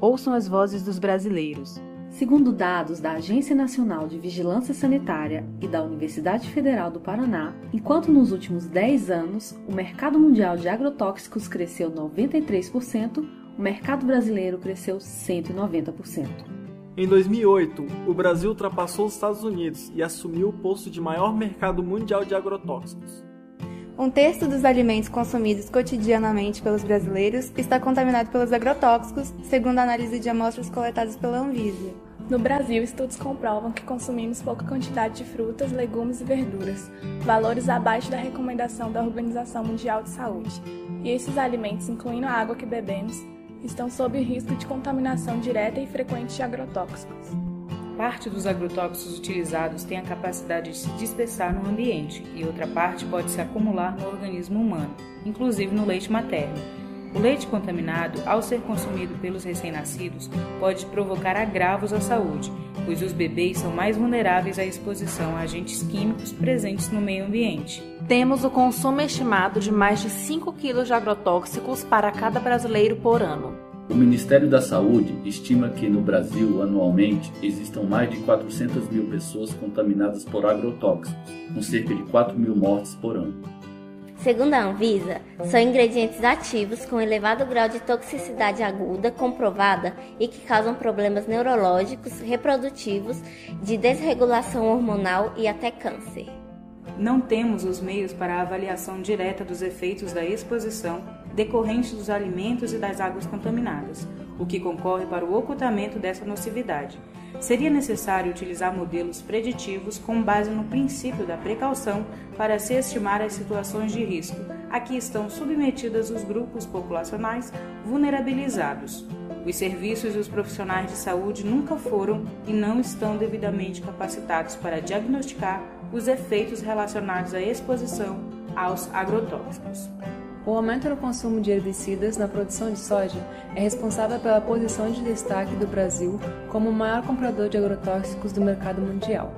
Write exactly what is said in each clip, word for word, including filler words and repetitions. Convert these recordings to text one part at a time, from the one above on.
Ouçam as vozes dos brasileiros. Segundo dados da Agência Nacional de Vigilância Sanitária e da Universidade Federal do Paraná, enquanto nos últimos dez anos o mercado mundial de agrotóxicos cresceu noventa e três por cento, o mercado brasileiro cresceu cento e noventa por cento. Em dois mil e oito, o Brasil ultrapassou os Estados Unidos e assumiu o posto de maior mercado mundial de agrotóxicos. Um terço dos alimentos consumidos cotidianamente pelos brasileiros está contaminado pelos agrotóxicos, segundo a análise de amostras coletadas pela Anvisa. No Brasil, estudos comprovam que consumimos pouca quantidade de frutas, legumes e verduras, valores abaixo da recomendação da Organização Mundial de Saúde. E esses alimentos, incluindo a água que bebemos, estão sob risco de contaminação direta e frequente de agrotóxicos. Parte dos agrotóxicos utilizados tem a capacidade de se dispersar no ambiente e outra parte pode se acumular no organismo humano, inclusive no leite materno. O leite contaminado, ao ser consumido pelos recém-nascidos, pode provocar agravos à saúde, pois os bebês são mais vulneráveis à exposição a agentes químicos presentes no meio ambiente. Temos o consumo estimado de mais de cinco quilos de agrotóxicos para cada brasileiro por ano. O Ministério da Saúde estima que no Brasil, anualmente, existam mais de quatrocentas mil pessoas contaminadas por agrotóxicos, com cerca de quatro mil mortes por ano. Segundo a Anvisa, são ingredientes ativos com elevado grau de toxicidade aguda comprovada e que causam problemas neurológicos, reprodutivos, de desregulação hormonal e até câncer. Não temos os meios para a avaliação direta dos efeitos da exposição decorrentes dos alimentos e das águas contaminadas, o que concorre para o ocultamento dessa nocividade. Seria necessário utilizar modelos preditivos com base no princípio da precaução para se estimar as situações de risco a que estão submetidas os grupos populacionais vulnerabilizados. Os serviços e os profissionais de saúde nunca foram e não estão devidamente capacitados para diagnosticar os efeitos relacionados à exposição aos agrotóxicos. O aumento no consumo de herbicidas na produção de soja é responsável pela posição de destaque do Brasil como o maior comprador de agrotóxicos do mercado mundial.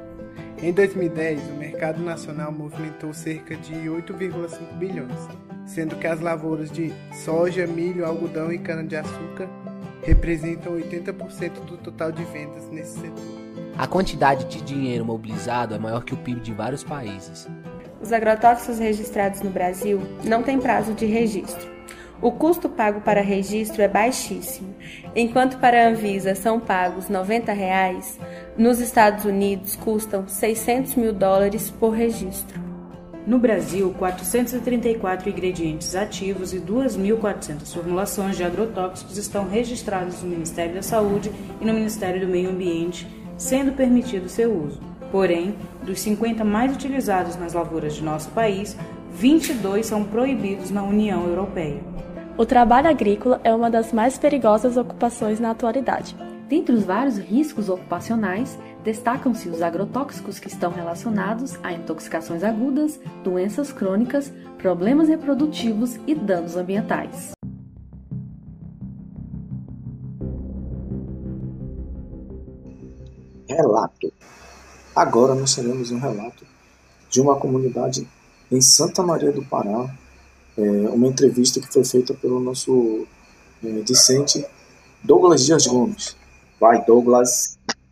Em dois mil e dez, o mercado nacional movimentou cerca de oito vírgula cinco bilhões, sendo que as lavouras de soja, milho, algodão e cana-de-açúcar representam oitenta por cento do total de vendas nesse setor. A quantidade de dinheiro mobilizado é maior que o P I B de vários países. Os agrotóxicos registrados no Brasil não têm prazo de registro. O custo pago para registro é baixíssimo. Enquanto para a Anvisa são pagos noventa reais, nos Estados Unidos custam seiscentos mil dólares por registro. No Brasil, quatrocentos e trinta e quatro ingredientes ativos e duas mil e quatrocentas formulações de agrotóxicos estão registrados no Ministério da Saúde e no Ministério do Meio Ambiente, sendo permitido seu uso. Porém, dos cinquenta mais utilizados nas lavouras de nosso país, vinte e dois são proibidos na União Europeia. O trabalho agrícola é uma das mais perigosas ocupações na atualidade. Dentre os vários riscos ocupacionais, destacam-se os agrotóxicos que estão relacionados a intoxicações agudas, doenças crônicas, problemas reprodutivos e danos ambientais. Relato. Agora nós teremos um relato de uma comunidade em Santa Maria do Pará, é, uma entrevista que foi feita pelo nosso é, discente Douglas Dias Gomes. Vai, Douglas!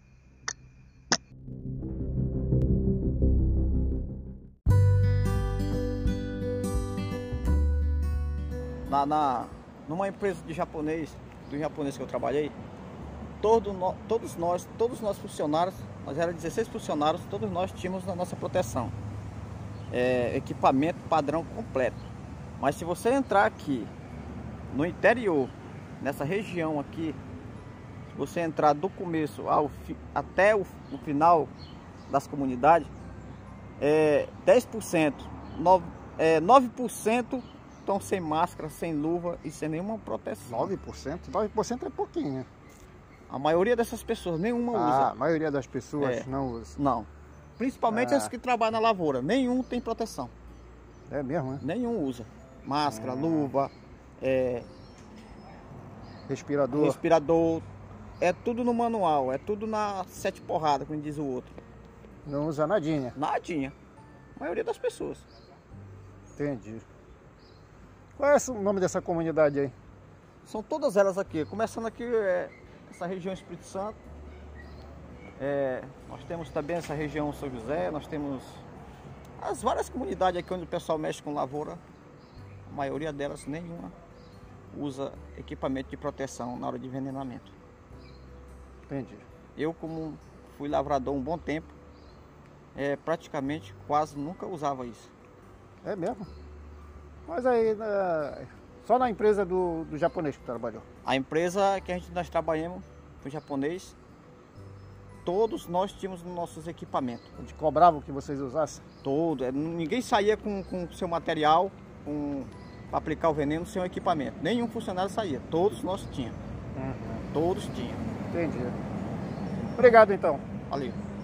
Na, na, numa empresa de japonês, do japonês que eu trabalhei, todo no, todos nós, todos nós funcionários, nós éramos dezesseis funcionários, todos nós tínhamos a nossa proteção. É, equipamento padrão completo. Mas se você entrar aqui, no interior, nessa região aqui, se você entrar do começo ao fi, até o, o final das comunidades, é, dez por cento, nove, é, nove por cento estão sem máscara, sem luva e sem nenhuma proteção. nove por cento? nove por cento é pouquinho, né? A maioria dessas pessoas, nenhuma ah, usa. A maioria das pessoas é, não usa? Não. Principalmente ah. as que trabalham na lavoura. Nenhum tem proteção. É mesmo, né? Nenhum usa. Máscara, ah. luva, é... respirador. Respirador. É tudo no manual, é tudo na sete porradas, como diz o outro. Não usa nadinha? Nadinha. A maioria das pessoas. Entendi. Qual é o nome dessa comunidade aí? São todas elas aqui, começando aqui é, essa região Espírito Santo. É, nós temos também essa região São José, nós temos as várias comunidades aqui onde o pessoal mexe com lavoura. A maioria delas nenhuma usa equipamento de proteção na hora de envenenamento. Entendi. Eu, como fui lavrador um bom tempo, é, praticamente quase nunca usava isso. É mesmo? Mas aí, na... só na empresa do, do japonês que trabalhou? A empresa que a gente, nós trabalhamos com o japonês, todos nós tínhamos nos nossos equipamentos. Eles cobravam que vocês usassem? Todo. Ninguém saía com o seu material para aplicar o veneno sem o equipamento. Nenhum funcionário saía. Todos nós tínhamos. Uhum. Todos tinham. Entendi. Obrigado então. Valeu.